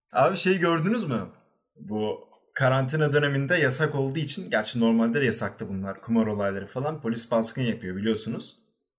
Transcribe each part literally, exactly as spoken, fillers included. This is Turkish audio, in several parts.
Abi şeyi gördünüz mü? Bu karantina döneminde yasak olduğu için, gerçi normalde de yasaktı bunlar, kumar olayları falan, polis baskın yapıyor biliyorsunuz.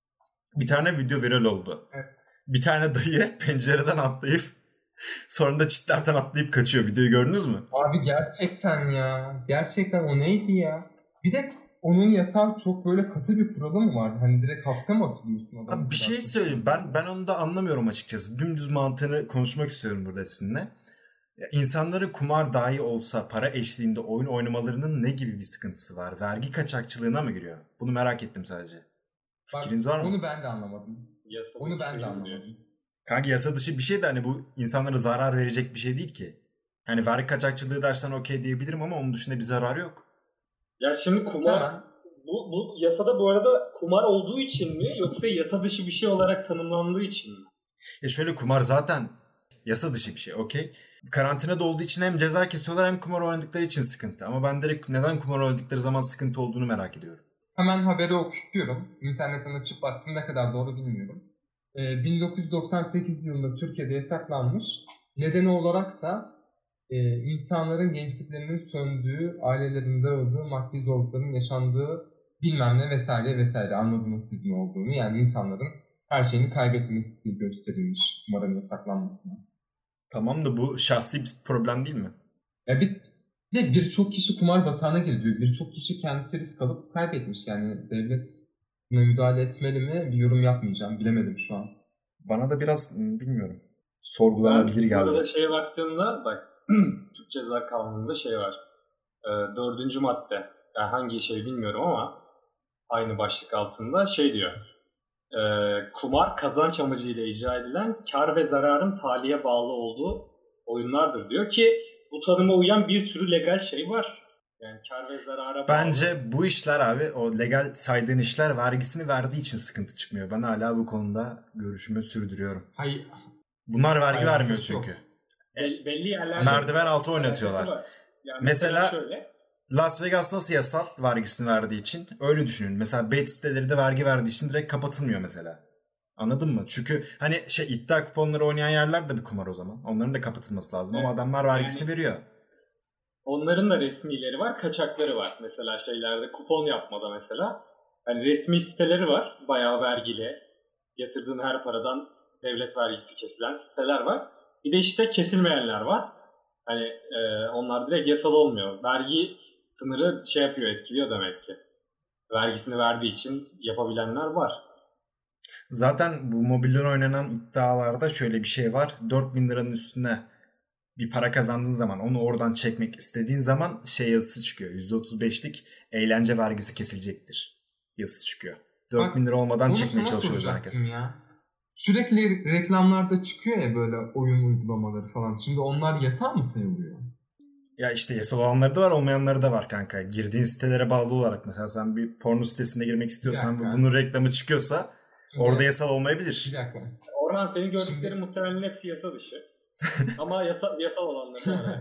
Bir tane video viral oldu. Evet. Bir tane dayı pencereden atlayıp sonra da çitlerden atlayıp kaçıyor. Videoyu gördünüz mü? Abi gerçekten ya. Gerçekten o neydi ya? Bir de onun yasal çok böyle katı bir kuralı mı vardı? Hani direkt hapse mi atılıyorsun adamı? Abi bir şey söyleyeyim. Ben ben onu da anlamıyorum açıkçası. Dümdüz mantığını konuşmak istiyorum burada sizinle. Ya insanların kumar dahi olsa para eşliğinde oyun oynamalarının ne gibi bir sıkıntısı var? Vergi kaçakçılığına mı giriyor? Bunu merak ettim sadece. Bak, Fikriniz var mı? onu ben de anlamadım. Yasa Onu ben de şey anlamadım. Kanka yasa dışı bir şey de hani bu insanlara zarar verecek bir şey değil ki. Hani vergi kaçakçılığı dersen okey diyebilirim ama onun dışında bir zararı yok. Ya şimdi kumar Hemen. bu, bu yasada bu arada kumar olduğu için mi yoksa yasa dışı bir şey olarak tanımlandığı için mi? Ya şöyle, kumar zaten yasa dışı bir şey, okey. Karantinada olduğu için hem ceza kesiyorlar hem kumar oynadıkları için sıkıntı. Ama ben direkt neden kumar oynadıkları zaman sıkıntı olduğunu merak ediyorum. Hemen haberi okuyorum. İnternetten açıp baktım, ne kadar doğru bilmiyorum. Ee, bin dokuz yüz doksan sekiz yılında Türkiye'de yasaklanmış. Nedeni olarak da e, insanların gençliklerinin söndüğü, ailelerin dağıldığı, maddi zorlukların yaşandığı bilmem ne vesaire vesaire, anladınız siz ne olduğunu. Yani insanların her şeyini kaybetmesi gibi gösterilmiş kumarın yasaklanmasına. Tamam da bu şahsi bir problem değil mi? Ya bir de birçok kişi kumar batağına girdi. Birçok kişi kendisi risk alıp kaybetmiş. Yani devlet buna müdahale etmeli mi? Bir yorum yapmayacağım. Bilemedim şu an. Bana da biraz bilmiyorum, sorgulanabilir Ben geldi. burada şeye baktığımda bak Türk Ceza Kanunu'nda şey var. E, dördüncü madde. Yani hangi şey bilmiyorum ama aynı başlık altında şey diyor. E, kumar kazanç amacıyla icra edilen kar ve zararın taliye bağlı olduğu oyunlardır diyor ki bu tanıma uyan bir sürü legal şey var. Yani kar ve zarara bağlı. Bence bu işler abi, o legal saydığın işler vergisini verdiği için sıkıntı çıkmıyor. Ben hala bu konuda görüşümü sürdürüyorum. Hayır. Bunlar vergi Hayır, vermiyor yok. çünkü. Bel- belli yerlerde Merdiven altı oynatıyorlar. Yani Mesela, mesela şöyle. Las Vegas nasıl yasal vergisini verdiği için? Öyle düşünün. Mesela bet siteleri de vergi verdiği için direkt kapatılmıyor mesela. Anladın mı? Çünkü hani şey, iddia kuponları oynayan yerler de bir kumar o zaman. Onların da kapatılması lazım Evet. ama adamlar vergisini Yani veriyor. onların da resmileri var, kaçakları var. Mesela şeylerde kupon yapmada mesela. Hani resmi siteleri var, bayağı vergili. Yatırdığın her paradan devlet vergisi kesilen siteler var. Bir de işte kesilmeyenler var. Hani e, onlar direkt yasal olmuyor. Vergi sınırı şey yapıyor, etkiliyor demek ki. Vergisini verdiği için yapabilenler var. Zaten bu mobilden oynanan iddialarda şöyle bir şey var. dört bin liranın üstüne bir para kazandığın zaman, onu oradan çekmek istediğin zaman şey yazısı çıkıyor. yüzde otuz beşlik eğlence vergisi kesilecektir yazısı çıkıyor. dört bin lira olmadan çekmeye çalışıyoruz herkes. Ya. Sürekli reklamlarda çıkıyor ya böyle oyun uygulamaları falan. Şimdi onlar yasal mı sayılıyor? Ya işte yasal olanları da var, olmayanları da var kanka. Girdiğin sitelere bağlı olarak, mesela sen bir porno sitesine girmek istiyorsan ve bunun reklamı çıkıyorsa Şimdi, orada yasal olmayabilir. Bir dakika. Orhan, senin gördüklerin Şimdi... muhtemelen hepsi yasa dışı. Ama yasa, yasal olanları var.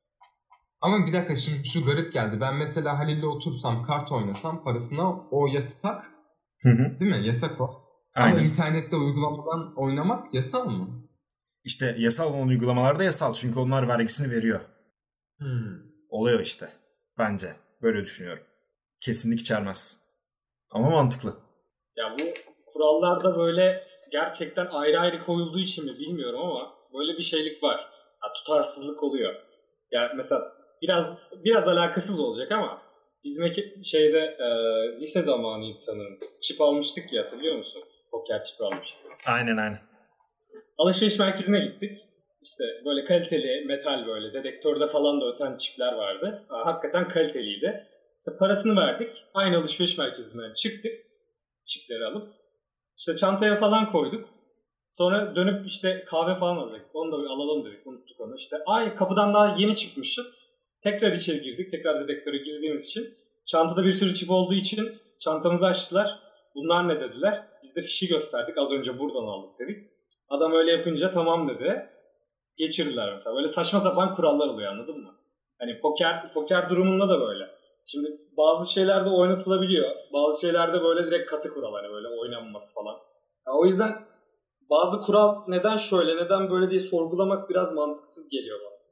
Ama bir dakika, şimdi şu garip geldi. Ben mesela Halil'le otursam, kart oynasam parasına, o yasak. Hı hı. Değil mi? Yasak o. Aynen. Ama internette uygulamadan oynamak yasal mı? İşte yasal olan uygulamalar da yasal. Çünkü onlar vergisini veriyor. Hmm. Oluyor işte. Bence. Böyle düşünüyorum. Kesinlik içermez. Ama mantıklı. Ya bu kurallarda böyle gerçekten ayrı ayrı koyulduğu için mi bilmiyorum ama böyle bir şeylik var. Ya, tutarsızlık oluyor. Yani mesela biraz biraz alakasız olacak ama biz şeyde e, lise zamanıydı sanırım. Çip almıştık ya, hatırlıyor musun? Poker çipi almıştık. Aynen aynen. Alışveriş merkezine gittik. İşte böyle kaliteli metal, böyle dedektörde falan da öten çipler vardı. Aa, hakikaten kaliteliydi. İşte parasını verdik. Aynı alışveriş merkezinden çıktık. Çipleri alıp. İşte çantaya falan koyduk. Sonra dönüp işte kahve falan aldık. Onu da alalım dedik. Unuttuk onu. İşte ay, kapıdan daha yeni çıkmışız. Tekrar içeri girdik. Tekrar dedektöre girdiğimiz için. Çantada bir sürü çip olduğu için çantamızı açtılar. Bunlar ne dediler? Biz de fişi gösterdik. Az önce buradan aldık dedik. Adam öyle yapınca tamam dedi. Geçirdiler mesela. Böyle saçma sapan kurallar oluyor, anladın mı? Hani poker poker durumunda da böyle. Şimdi bazı şeylerde oynatılabiliyor. Bazı şeylerde böyle direkt katı kural, hani böyle oynanması falan. Ya o yüzden bazı kural neden şöyle neden böyle diye sorgulamak biraz mantıksız geliyor bana.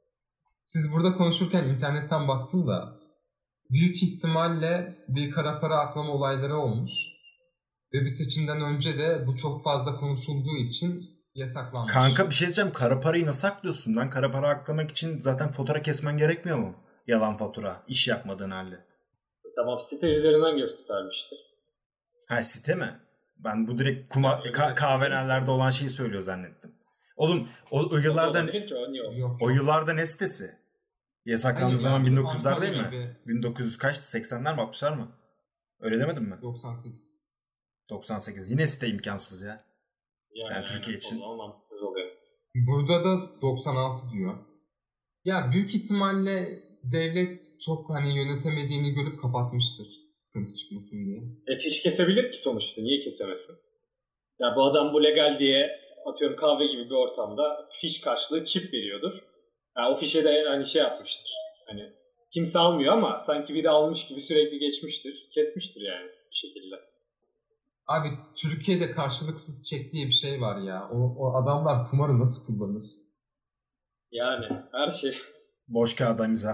Siz burada konuşurken internetten baktım da büyük ihtimalle bir kara para aklama olayları olmuş. Ve bir seçimden önce de bu çok fazla konuşulduğu için yasaklanmış. Kanka bir şey diyeceğim. Kara parayı nasıl aklıyorsun lan? Kara para aklamak için zaten fatura kesmen gerekmiyor mu? Yalan fatura. İş yapmadığın halde. Tamam, site üzerinden göstermiştir. Ha, site mi? Ben bu direkt kuma, Yani ka- kahvenelerde olan şeyi söylüyor zannettim. Oğlum o, o yıllarda Olabilir ki, o niye olmuş? Yok, o yok. yıllarda ne sitesi? Yasaklandığı Hayır, zaman yani bin dokuz yüzler değil Antalya mi? gibi. bin dokuz yüz kaçtı? seksenler mi altmışlar mı? Öyle demedim mi? doksan sekiz. doksan sekiz. Yine site imkansız ya. Yani, Yani Türkiye yani, için. O zaman mantıksız oluyor. Burada da doksan altı diyor. Ya büyük ihtimalle devlet çok hani yönetemediğini görüp kapatmıştır. Sıkıntı çıkmasın diye. E fiş kesebilir ki sonuçta. Niye kesemesin? Ya bu adam bu legal diye, atıyorum kahve gibi bir ortamda fiş karşılığı çip veriyordur. Ya o fişe de hani şey yapmıştır. Hani kimse almıyor ama sanki biri almış gibi sürekli geçmiştir. Kesmiştir yani bir şekilde. Abi Türkiye'de karşılıksız çek diye bir şey var ya. O, o adamlar kumarı nasıl kullanır? Yani her şey. Boş kağıda mizah.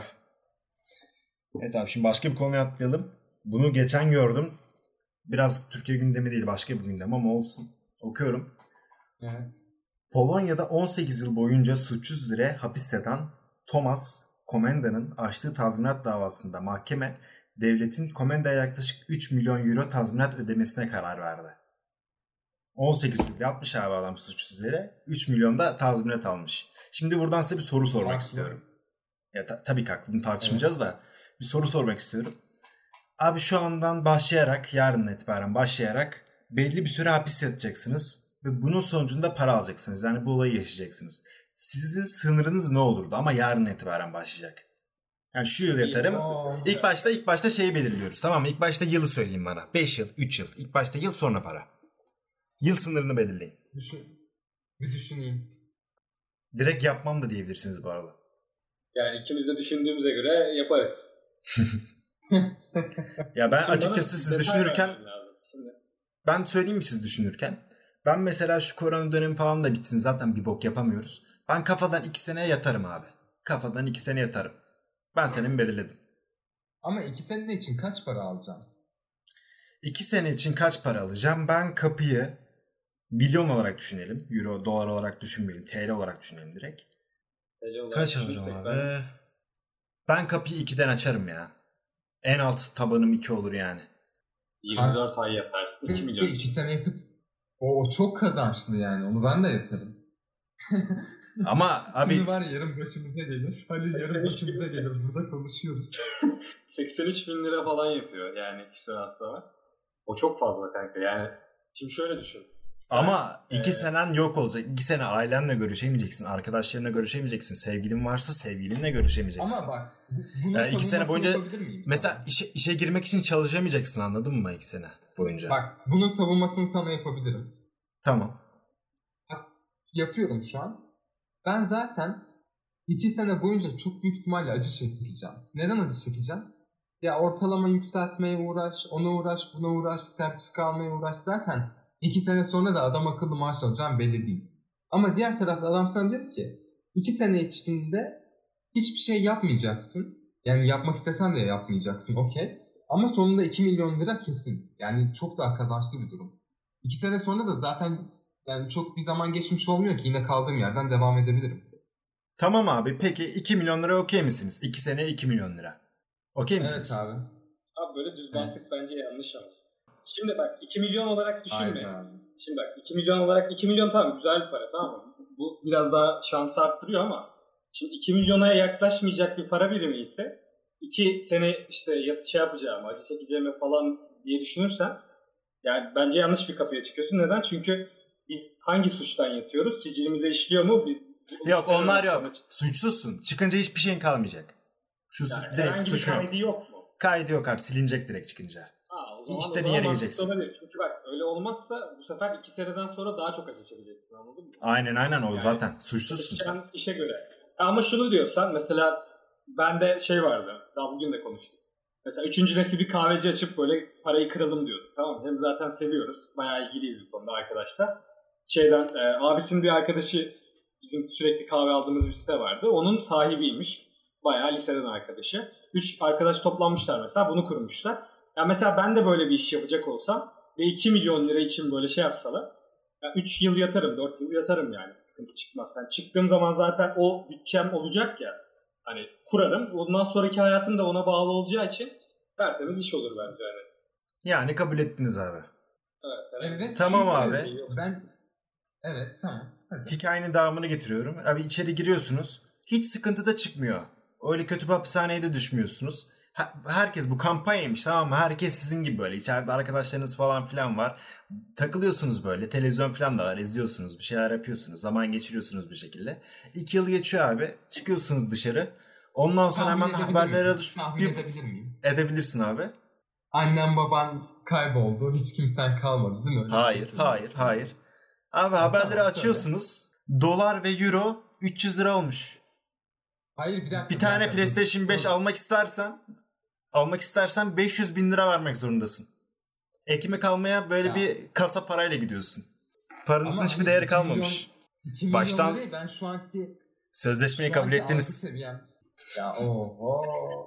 Evet abi, şimdi başka bir konuya atlayalım. Bunu geçen gördüm. Biraz Türkiye gündemi değil, başka bir gündem ama olsun. Okuyorum. Evet. Polonya'da on sekiz yıl boyunca suçsuz yere hapis yatan Tomasz Komenda'nın açtığı tazminat davasında mahkeme devletin Komenda'ya yaklaşık üç milyon euro tazminat ödemesine karar verdi. on sekiz yıl yatmış abi adam suçsuz yere. üç milyon da tazminat almış. Şimdi buradan size bir soru sormak Haklı. istiyorum. Ya ta- tabii ki haklı, bunu tartışmayacağız da bir soru sormak istiyorum. Abi şu andan başlayarak, yarın itibaren başlayarak belli bir süre hapis yatacaksınız ve bunun sonucunda para alacaksınız. Yani bu olayı yaşayacaksınız. Sizin sınırınız ne olurdu ama yarın itibaren başlayacak. Yani şu yıl yatarım. Oo. İlk başta ilk başta şeyi belirliyoruz. Tamam mı? İlk başta yılı söyleyin bana. beş yıl, üç yıl. İlk başta yıl, sonra para. Yıl sınırını belirleyin. Düşün. Bir düşüneyim. Direkt yapmam da diyebilirsiniz bu arada. Yani ikimiz de düşündüğümüze göre yaparız. Ya ben Şimdi açıkçası bana siz detay düşünürken vermen lazım. Şimdi ben söyleyeyim mi siz düşünürken? Ben mesela şu korona dönemi falan da bitsin, zaten bir bok yapamıyoruz. Ben kafadan iki sene yatarım abi. Kafadan iki sene yatarım. Ben senemi belirledim. Ama iki sene için kaç para alacaksın? İki sene için kaç para alacağım? Ben kapıyı milyon olarak düşünelim. Euro, dolar olarak düşünmeyelim. T L olarak düşünelim direkt. T L olarak Kaç alırım düşünürsek abi? ben- Ben kapıyı ikiden açarım ya. En alt tabanım iki olur yani. yirmi dört ay yaparsın. iki milyon. iki sene yatıp o, o çok kazançlı yani. Onu ben de yatarım. Ama abi Şimdi var ya, yarın başımıza gelir. Halil yarın başımıza gelir. Burada konuşuyoruz. seksen üç bin lira falan yapıyor yani küsuratı var. O çok fazla kanka yani. Şimdi şöyle düşün. Sen, Ama iki e, senen yok olacak. İki sene ailenle görüşemeyeceksin. Arkadaşlarınla görüşemeyeceksin. Sevgilin varsa sevgilinle görüşemeyeceksin. Ama bak bu- bunun Yani iki sene savunmasını boyunca yapabilir miyim mesela sana? işe, işe girmek için çalışamayacaksın, anladın mı iki sene boyunca? Bak bunun savunmasını sana yapabilirim. Tamam. Yapıyorum şu an. Ben zaten iki sene boyunca çok büyük ihtimalle acı çekeceğim. Neden acı çekeceğim? Ya ortalama yükseltmeye uğraş, ona uğraş, buna uğraş, sertifika almaya uğraş. Zaten iki sene sonra da adam akıllı maaş alacağım belli değil. Ama diğer tarafta adam sana diyor ki iki sene içinde hiçbir şey yapmayacaksın. Yani yapmak istesen de yapmayacaksın, okey. Ama sonunda iki milyon lira kesin. Yani çok daha kazançlı bir durum. iki sene sonra da zaten yani çok bir zaman geçmiş olmuyor ki, yine kaldığım yerden devam edebilirim. Tamam abi, peki iki milyon lira okey misiniz? iki sene iki milyon lira. Okey misiniz? Evet abi. Abi böyle düz mantık bence yanlış ama. Şimdi bak iki milyon olarak düşünme. Aynen. Şimdi bak iki milyon olarak iki milyon tamam güzel bir para, tamam mı? Bu biraz daha şansı arttırıyor ama şimdi iki milyona yaklaşmayacak bir para birimi ise iki sene işte yat şey yapacağım, acı çekeceğimi falan diye düşünürsen yani bence yanlış bir kapıya çıkıyorsun. Neden? Çünkü biz hangi suçtan yatıyoruz? Sicilimize işliyor mu? Biz Yok, onlar yok. Sonra- Suçsuzsun. Çıkınca hiçbir şeyin kalmayacak. Şu Yani direkt herhangi bir suç yok. kaydı yok mu? Kaydı yok abi, silinecek direkt çıkınca. Ha, o zaman, İstediğin o zaman yere mantıklı gideceksin. olabilir. Çünkü bak öyle olmazsa bu sefer iki seneden sonra daha çok acı çekeceksin, anladın mı? Aynen aynen, o Yani zaten. Suçsuzsun sen. Çalışacağın işe göre. Ama şunu diyorsan mesela bende şey vardı. Daha bugün de konuştuk. Mesela üçüncü nesil bir kahveci açıp böyle parayı kıralım diyorduk. Tamam mı? Hem zaten seviyoruz. Bayağı ilgiliyiz bu konuda arkadaşlar. Şeyden e, abisinin bir arkadaşı bizim sürekli kahve aldığımız bir site vardı. Onun sahibiymiş. Bayağı liseden arkadaşı. Üç arkadaş toplanmışlar mesela, bunu kurmuşlar. Yani mesela ben de böyle bir iş yapacak olsam ve iki milyon lira için böyle şey yapsalar, yani üç yıl yatarım, dört yıl yatarım yani, sıkıntı çıkmaz. Yani çıktığım zaman zaten o bütçem olacak ya, hani kurarım. Ondan sonraki hayatım da ona bağlı olacağı için tertemiz iş olur bence yani. Yani kabul ettiniz abi. Evet. evet tamam abi. Ben evet tamam. Hadi. Hikayenin devamını getiriyorum. Abi içeri giriyorsunuz. Hiç sıkıntı da çıkmıyor. Öyle kötü bir hapishaneye de düşmüyorsunuz. Herkes bu kampanyaymış, tamam mı? Herkes sizin gibi böyle. İçeride arkadaşlarınız falan filan var. Takılıyorsunuz böyle. Televizyon falan da var. İzliyorsunuz. Bir şeyler yapıyorsunuz. Zaman geçiriyorsunuz bir şekilde. İki yıl geçiyor abi. Çıkıyorsunuz dışarı. Ondan sonra Tahmin hemen haberleri alıp... Tahmin bir... edebilir miyim? Edebilirsin abi. Annem baban kayboldu. Hiç kimsen kalmadı değil mi? Öyle hayır, şey hayır, hayır. Abi ha, haberleri tamam, açıyorsunuz. Söyle. Dolar ve euro üç yüz lira olmuş. Hayır bir dakika. Bir tane dakika, PlayStation dur, beş dur. almak istersen almak istersen beş yüz bin lira vermek zorundasın. Ekmek almaya böyle ya. bir kasa parayla gidiyorsun. Paranızın hiçbir değeri kalmamış. iki Baştan milyon ben şu anki sözleşmeyi şu kabul anki ettiniz. Seviyem. Ya oho.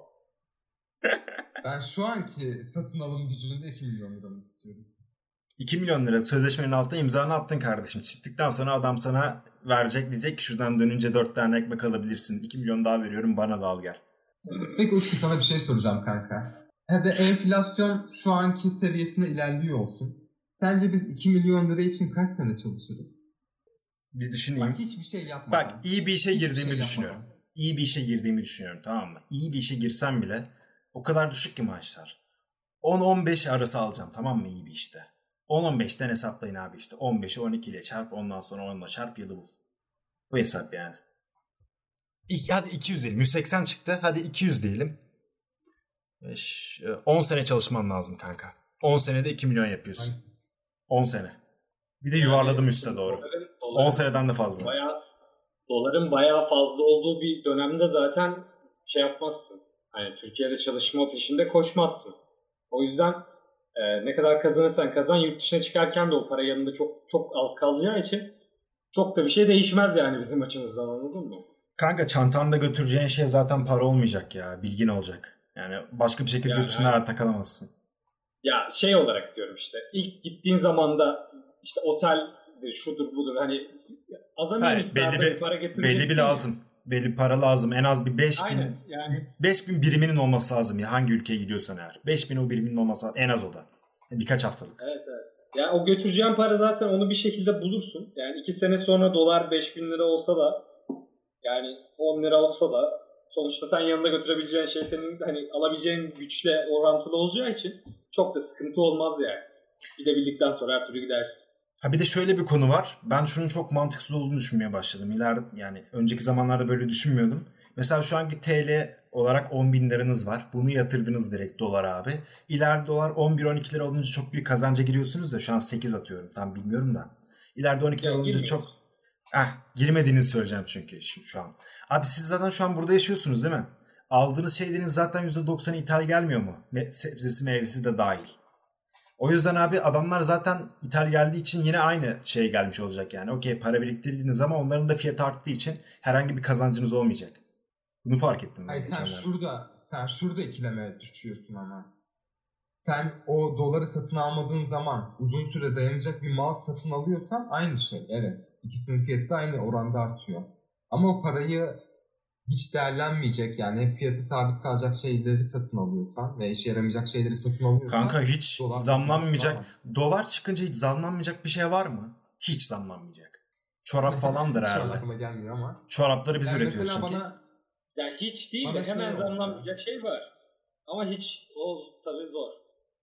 Ben şu anki satın alım gücünde iki milyon lira mı istiyorum? iki milyon lira sözleşmenin altına imzanı attın kardeşim. Çıktıktan sonra adam sana verecek, diyecek ki şuradan dönünce dört tane ekmek alabilirsin. iki milyon daha veriyorum, bana da al gel. Peki Utku, sana bir şey soracağım kanka. Hadi enflasyon şu anki seviyesine ilerliyor olsun. Sence biz iki milyon lira için kaç sene çalışırız? Bir düşüneyim. Bak hiçbir şey yapmadan. Bak iyi bir işe girdiğimi şey düşünüyorum. Yapmadan. İyi bir işe girdiğimi düşünüyorum, tamam mı? İyi bir işe girsem bile o kadar düşük ki maaşlar. on on beş arası alacağım, tamam mı, iyi bir işte. on on beşten hesaplayın abi işte. on beşi on iki ile çarp, ondan sonra onla çarp, yılı bul. Bu hesap yani. Hadi iki yüz diyelim. yüz seksen çıktı. Hadi iki yüz diyelim. beş, on sene çalışman lazım kanka. on senede iki milyon yapıyorsun. on sene. Bir de yuvarladım yani, üste doğru. Doların, doların on seneden de fazla. Bayağı, doların bayağı fazla olduğu bir dönemde zaten şey yapmazsın. Hani Türkiye'de çalışma peşinde koşmazsın. O yüzden e, ne kadar kazanırsan kazan, yurt dışına çıkarken de o para yanında çok çok az kalacağı için çok da bir şey değişmez yani bizim açımızdan, anladın mı? Kanka çantanda götüreceğin şey zaten para olmayacak ya. Bilgin olacak. Yani başka bir şekilde yani, yurt dışına yani, hayatta kalamazsın. Ya şey olarak diyorum işte. İlk gittiğin zaman da işte otel şudur budur hani azami miktarda bir para getirecek. Belli bir lazım. Belli bir para lazım. En az bir beş bin, yani. beş bin biriminin olması lazım ya. Hangi ülkeye gidiyorsan eğer. beş bin o biriminin olması lazım. En az o da. Birkaç haftalık. Evet evet. Yani o götüreceğin para zaten onu bir şekilde bulursun. Yani iki sene sonra dolar beş bin lira olsa da yani on lira olsa da sonuçta sen yanında götürebileceğin şey senin hani alabileceğin güçle orantılı olacağı için çok da sıkıntı olmaz yani. Gidebildikten sonra her türlü gidersin. Ha bir de şöyle bir konu var. Ben şunun çok mantıksız olduğunu düşünmeye başladım. İleride yani önceki zamanlarda böyle düşünmüyordum. Mesela şu anki T L olarak on bin liranız var. Bunu yatırdınız direkt dolar abi. İleride dolar on bir on iki lira olunca çok büyük kazanca giriyorsunuz da şu an sekiz atıyorum. Tam bilmiyorum da. İleride on iki lira olunca çok... Eh, girmediğinizi söyleyeceğim çünkü şu an. Abi siz zaten şu an burada yaşıyorsunuz değil mi? Aldığınız şeylerin zaten yüzde doksanı ithal gelmiyor mu? Sebzesi meyvesi de dahil. O yüzden abi adamlar zaten ithal geldiği için yine aynı şeye gelmiş olacak yani. Okey, para biriktirdiniz ama onların da fiyatı arttığı için herhangi bir kazancınız olmayacak. Bunu fark ettim ben. Hayır, sen şurada, sen şurada ikilemeye düşüyorsun ama. Sen o doları satın almadığın zaman uzun süre dayanacak bir mal satın alıyorsan aynı şey. Evet. İkisinin fiyatı da aynı oranda artıyor. Ama o parayı hiç değerlenmeyecek yani fiyatı sabit kalacak şeyleri satın alıyorsan ve işe yaramayacak şeyleri satın alıyorsan... Kanka hiç zamlanmayacak. Dolar çıkınca hiç zamlanmayacak bir şey var mı? Hiç zamlanmayacak. Çorap falandır herhalde. Şu an aklıma gelmiyor ama. Çorapları biz yani üretiyoruz çünkü. Bana, yani hiç değil de hemen zamlanmayacak şey var. Ama hiç o tabii zor.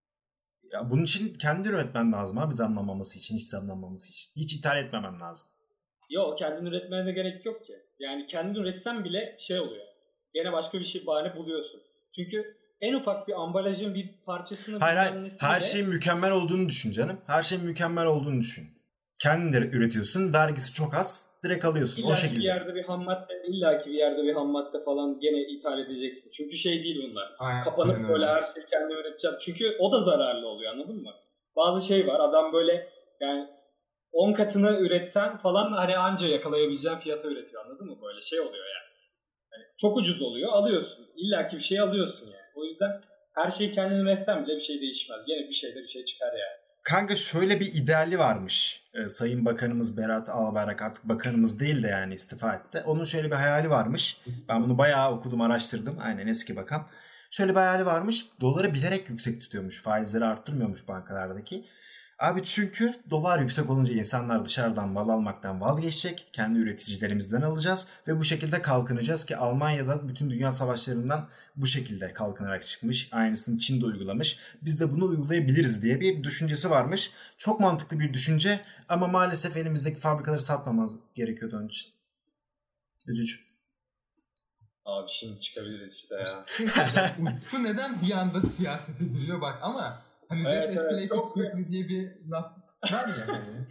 Ya bunun için kendi üretmen lazım abi, zamlanmaması için, hiç zamlanmaması için. Hiç ithal etmemen lazım. Yok, kendin üretmene de gerek yok ki. Yani kendin üretsen bile şey oluyor. Gene başka bir şey bahane buluyorsun. Çünkü en ufak bir ambalajın bir parçasını... Hayır hayır, her şeyin mükemmel olduğunu düşün canım. Her şeyin mükemmel olduğunu düşün. Kendin de üretiyorsun, vergisi çok az, direkt alıyorsun illaki o şekilde. Bir yerde bir ham madde, illaki bir yerde bir ham madde falan gene ithal edeceksin. Çünkü şey değil bunlar. Aynen. Kapanıp böyle her şeyi kendi üreteceğim. Çünkü o da zararlı oluyor, anladın mı? Bazı şey var, adam böyle yani on katını üretsen falan hani anca yakalayabileceğin fiyata üretiyor, anladın mı? Böyle şey oluyor yani. Hani çok ucuz oluyor. Alıyorsun. İlla ki bir şey alıyorsun yani. O yüzden her şeyi kendin üretsen bile bir şey değişmez. Gene bir şeyde bir şey çıkar yani. Kanka şöyle bir ideali varmış. Ee, Sayın Bakanımız Berat Albayrak artık bakanımız değil de yani istifa etti. Onun şöyle bir hayali varmış. Ben bunu bayağı okudum, araştırdım. Aynen, eski bakan. Şöyle bir hayali varmış. Doları bilerek yüksek tutuyormuş. Faizleri arttırmıyormuş bankalardaki. Abi çünkü dolar yüksek olunca insanlar dışarıdan mal almaktan vazgeçecek. Kendi üreticilerimizden alacağız. Ve bu şekilde kalkınacağız ki Almanya'da bütün dünya savaşlarından bu şekilde kalkınarak çıkmış. Aynısını Çin de uygulamış. Biz de bunu uygulayabiliriz diye bir düşüncesi varmış. Çok mantıklı bir düşünce ama maalesef elimizdeki fabrikaları satmamız gerekiyordu onun için. Üzücü. Abi şimdi çıkabiliriz işte ya. Utku neden bir anda siyasete giriyor bak ama hani evet, evet, escalated evet, quickly diye bir laf var ya hani.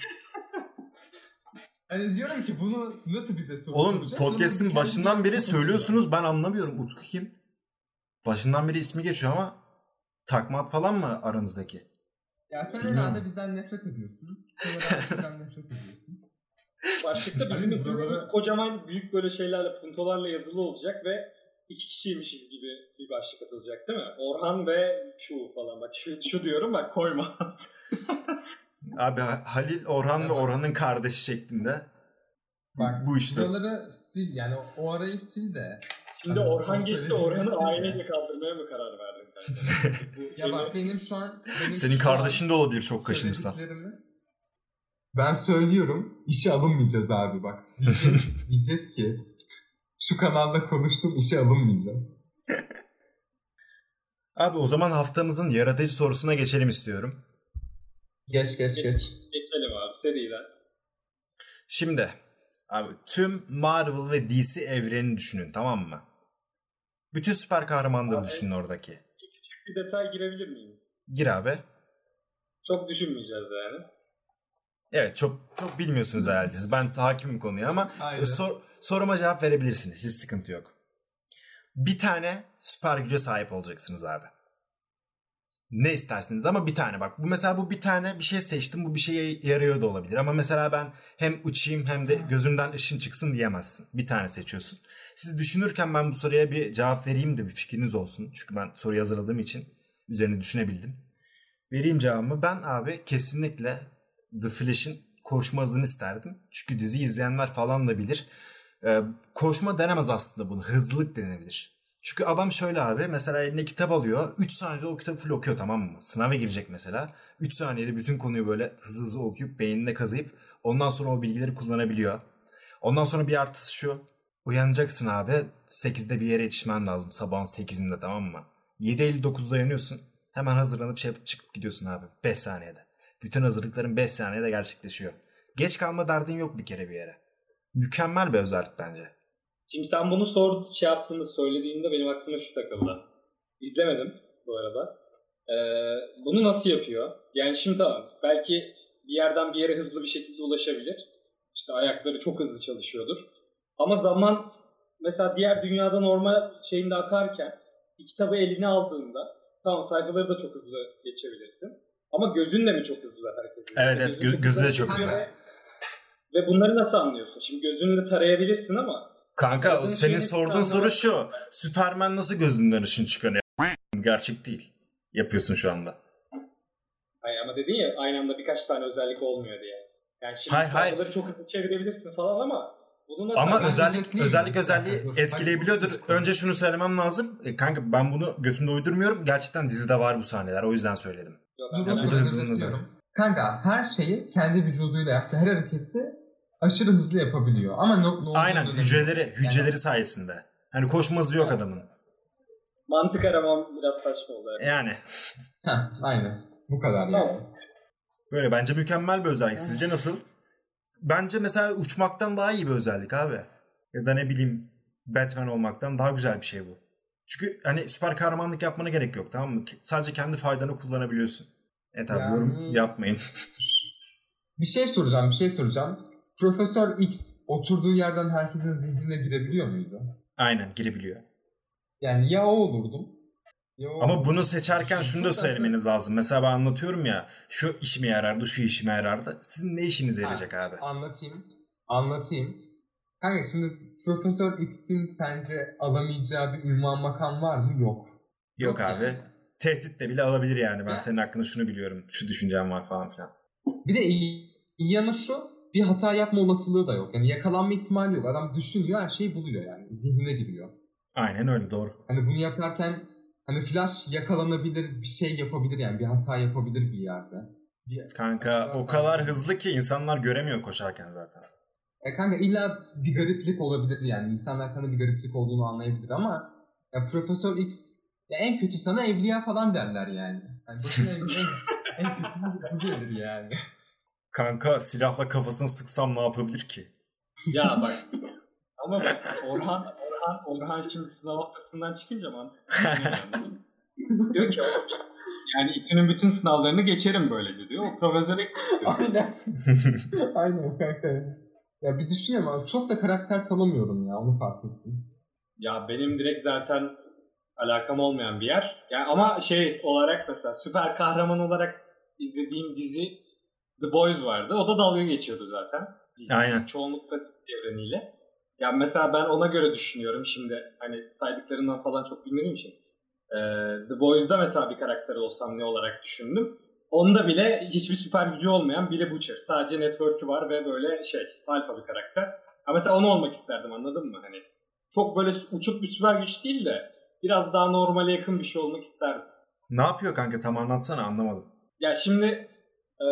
Hani diyorum ki bunu nasıl bize soracağız? Oğlum podcast'in başından beri söylüyorsunuz, ben anlamıyorum. Utku kim? Başından beri ismi geçiyor ama takmat falan mı aranızdaki? Ya sen herhalde bizden nefret ediyorsun. Sen herhalde bizden nefret ediyorsun. Başlıkta bizim ismimiz kocaman büyük böyle şeylerle, puntolarla yazılı olacak ve iki kişiymişiz gibi bir başlık atılacak değil mi? Orhan ve şu falan. Bak şu, şu diyorum, bak koyma. Abi Halil, Orhan evet. ve Orhan'ın kardeşi şeklinde. Bak bu işte. Buraları sil yani o arayı sil de. Şimdi hani Orhan gitti, Orhan'ı aileyle kaldırmaya mı karar verdin? Ya bak benim şu an... Benim Senin kardeşin de olabilir çok kaşınırsan. Ben söylüyorum, işe alınmayacağız abi bak. Diyeceğiz, diyeceğiz ki şu kanalda konuştum, işe alınmayacağız. Abi o zaman haftamızın yaratıcı sorusuna geçelim istiyorum. Geç geç geç. Geçelim abi seriden. Şimdi abi tüm Marvel ve D C evrenini düşünün, tamam mı? Bütün süper kahramanları abi, düşünün oradaki. Küçük bir detay girebilir miyim? Gir abi. Çok düşünmeyeceğiz yani. Evet, çok çok bilmiyorsunuz herhalde siz. Ben hakimim konuya ama sor, soruma cevap verebilirsiniz. Hiç sıkıntı yok. Bir tane süper güce sahip olacaksınız abi. Ne istersiniz ama bir tane bak. Bu mesela bu bir tane bir şey seçtim. Bu bir şeye yarıyor da olabilir. Ama mesela ben hem uçayım hem de gözümden ışın çıksın diyemezsin. Bir tane seçiyorsun. Siz düşünürken ben bu soruya bir cevap vereyim de bir fikriniz olsun. Çünkü ben soruyu hazırladığım için üzerine düşünebildim. Vereyim cevabımı. Ben abi kesinlikle The Flash'in koşma hızını isterdim. Çünkü diziyi izleyenler falan da bilir. Ee, koşma denemez aslında bunu. Hızlılık denebilir. Çünkü adam şöyle abi, mesela eline kitap alıyor. üç saniyede o kitabı full okuyor, tamam mı? Sınava girecek mesela. üç saniyede bütün konuyu böyle hızlı hızlı okuyup beynine kazıyıp ondan sonra o bilgileri kullanabiliyor. Ondan sonra bir artısı şu. Uyanacaksın abi. sekizde bir yere yetişmen lazım. Sabahın sekizinde, tamam mı? yedi elli dokuzda uyanıyorsun. Hemen hazırlanıp şey yapıp çıkıp gidiyorsun abi. beş saniyede. Bütün hazırlıkların beş saniyede gerçekleşiyor. Geç kalma derdin yok bir kere bir yere. Mükemmel bir özellik bence. Şimdi sen bunu sor, şey yaptığında, söylediğinde benim aklıma şu takıldı. İzlemedim bu arada. Ee, bunu nasıl yapıyor? Yani şimdi tamam, belki bir yerden bir yere hızlı bir şekilde ulaşabilir. İşte ayakları çok hızlı çalışıyordur. Ama zaman mesela diğer dünyada normal şeyinde akarken bir kitabı eline aldığında tamam sayfaları da çok hızlı geçebilirsin. Ama gözünle mi çok hızlı hareket ediyor? Evet evet gö- gözü de çok hızlı. Ve, ve bunları nasıl anlıyorsun? Şimdi gözünü de tarayabilirsin ama kanka o senin sorduğun soru şu. Süperman nasıl gözünden ışın çıkarıyor? Gerçek değil. Yapıyorsun şu anda. Hayır ama dedin ya aynı anda birkaç tane özellik olmuyor diye. Yani şimdi hayır, sayfaları hayır. çok hızlı çevirebilirsin falan ama bunu nasıl ama özellik özellik özelliği etkileyebiliyordur. Önce şunu söylemem lazım. E, kanka ben bunu götümde uydurmuyorum. Gerçekten dizide var bu sahneler. O yüzden söyledim. Yok, Dur, kanka her şeyi kendi vücuduyla yaptığı her hareketi aşırı hızlı yapabiliyor. Ama no, no aynen hücreleri hücreleri yani. sayesinde. Hani koşma hızı yok evet. adamın. Mantık aramam biraz saçma oldu. Yani. yani. Heh, aynen. Bu kadar yani. Tamam. Böyle bence mükemmel bir özellik. Sizce nasıl? Bence mesela uçmaktan daha iyi bir özellik abi. Ya da ne bileyim Batman olmaktan daha güzel bir şey bu. Çünkü hani süper kahramanlık yapmana gerek yok, tamam mı? Sadece kendi faydanı kullanabiliyorsun. E tabi yani... yorum yapmayın. Bir şey soracağım, bir şey soracağım. Profesör X oturduğu yerden herkesin zihnine girebiliyor muydu? Aynen girebiliyor. Yani ya o olurdum. Ya o Ama olurdum. bunu seçerken şunu da söylemeniz aslında... lazım. Mesela ben anlatıyorum ya, şu işime yarardı, şu işime yarardı. Sizin ne işinize yarayacak ha, abi? Anlatayım. Anlatayım. Kanka şimdi Profesör X'in sence alamayacağı bir ünvan makam var mı? Yok. Yok, Yok abi. yani. Tehditle bile alabilir yani. Ben Ya. senin hakkında şunu biliyorum. Şu düşüncem var falan filan. Bir de iyi, iyi yanı şu, bir hata yapma olasılığı da yok. Yani yakalanma ihtimali yok. Adam düşünüyor, her şeyi buluyor yani. Zihnine giriyor. Aynen öyle, doğru. Hani bunu yaparken hani Flash yakalanabilir, bir şey yapabilir yani. Bir hata yapabilir bir yerde. Bir Kanka açıdan o kadar farklı. hızlı ki insanlar göremiyor koşarken zaten. E kanka illa bir gariplik olabilir yani. İnsanlar sana bir gariplik olduğunu anlayabilir ama ya Profesör X ya en kötü sana evliya falan derler yani. Yani başına en, en, en kötü bu gelir yani. Kanka silahla kafasını sıksam ne yapabilir ki? Ya bak ama bak Orhan Orhan Orhan şimdi sınav haftasından çıkınca mantıklı düşünüyor. Diyor ki o, yani İTÜ'nün bütün sınavlarını geçerim böylece diyor. O Profesör X diyor. Aynen. Aynen kanka. Ya bir düşünüyorum abi, çok da karakter tanımıyorum ya, onu fark ettim. Ya benim direkt zaten alakam olmayan bir yer. Yani ama şey olarak mesela süper kahraman olarak izlediğim dizi The Boys vardı. O da dalga geçiyordu zaten. Aynen. Çoğunlukla evreniyle. Yani mesela ben ona göre düşünüyorum şimdi hani saydıklarından falan çok bilmediğim için. Ee, The Boys'da mesela bir karakter olsam ne olarak düşündüm. Onda bile hiçbir süper gücü olmayan Billy Butcher. Sadece network'ü var ve böyle şey alfa bir karakter. Ama mesela onu olmak isterdim, anladın mı? Hani çok böyle uçuk bir süper güç değil de biraz daha normale yakın bir şey olmak isterdim. Ne yapıyor kanka, tam anlatsana, anlamadım. Ya şimdi e,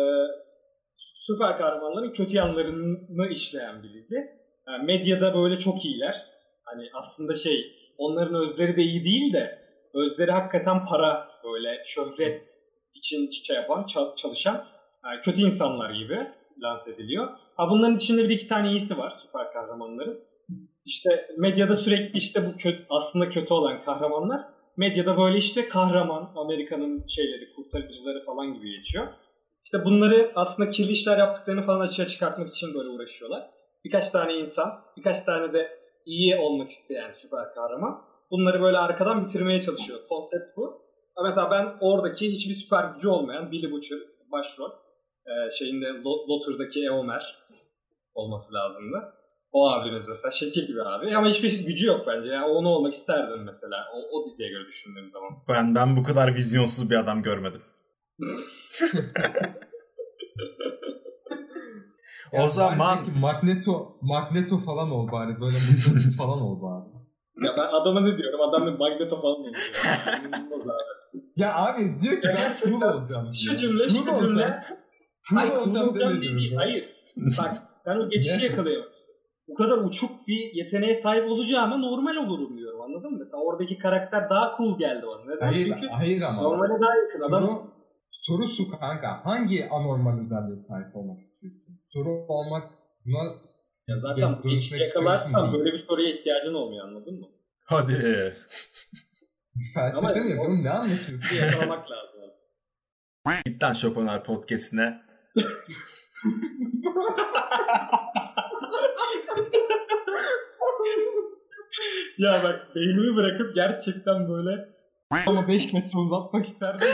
süper kahramanların kötü yanlarını işleyen bir dizi. Yani medyada böyle çok iyiler. Hani aslında şey onların özleri de iyi değil de özleri hakikaten para, böyle şöhret için şey yapan, çalışan yani kötü insanlar gibi lanse ediliyor. Ha bunların içinde bir iki tane iyisi var süper kahramanların. İşte medyada sürekli işte bu kötü, aslında kötü olan kahramanlar medyada böyle işte kahraman, Amerika'nın şeyleri, kurtarıcıları falan gibi geçiyor. İşte bunları aslında kirli işler yaptıklarını falan açığa çıkartmak için böyle uğraşıyorlar. Birkaç tane insan, birkaç tane de iyi olmak isteyen süper kahraman bunları böyle arkadan bitirmeye çalışıyor. Konsept bu. Ama mesela ben oradaki hiçbir süper gücü olmayan Billy Butcher başrol. Ee, şeyinde Lotur'daki Eomer olması lazımdı. O abimiz mesela şekil gibi abi. Ama hiçbir gücü yok bence. Yani onu olmak isterdim mesela. O, o diziye göre düşündüğüm zaman. Ben ben bu kadar vizyonsuz bir adam görmedim. O Ya zaman Magneto Magneto falan ol bari, böyle mutlusus falan ol bari. Ya ben adama ne diyorum? Adam bir Magneto falan oluyor. Ya abi diyor ki ben cool olacağım. Şu cümle, şu Cool cümle. olacağım. Cool Hayır, olacağım olacağım demedim değil. ya. Hayır. Bak sen o geçişi Ne? yakalayamazsın. Bu kadar uçuk bir yeteneğe sahip olacağıma normal olurum diyorum, anladın mı? Mesela oradaki karakter daha cool geldi bana. Neden? Hayır, Çünkü hayır ama. normale daha yakın Soru, adam. soru şu kanka. Hangi anormal özelliğe sahip olmak istiyorsun? Soru olmak buna Ya zaten geçişi yakalarsan böyle bir soruya ihtiyacın olmuyor, anladın mı? hadi. Felsefe mi yapıyorum? Ne anlatıyorsun? Yakalamak lazım. Git lan Schopenhauer podcast'ine. Ya bak beynimi bırakıp gerçekten böyle ama beş metre uzatmak isterdim.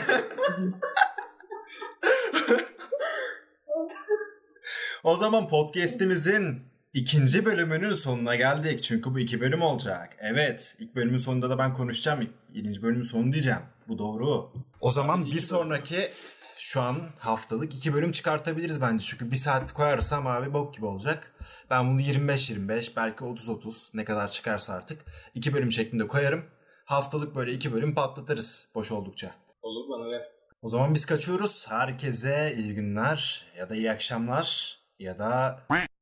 O zaman podcast'imizin ikinci bölümünün sonuna geldik. Çünkü bu iki bölüm olacak. Evet, ilk bölümün sonunda da ben konuşacağım. İkinci bölümün sonu diyeceğim. Bu doğru. O zaman bir sonraki şu an haftalık iki bölüm çıkartabiliriz bence. Çünkü bir saat koyarsam abi bok gibi olacak. Ben bunu yirmi beş yirmi beş belki otuz otuz ne kadar çıkarsa artık iki bölüm şeklinde koyarım. Haftalık böyle iki bölüm patlatırız boş oldukça. Olur, bana ver. O zaman biz kaçıyoruz. Herkese iyi günler ya da iyi akşamlar ya da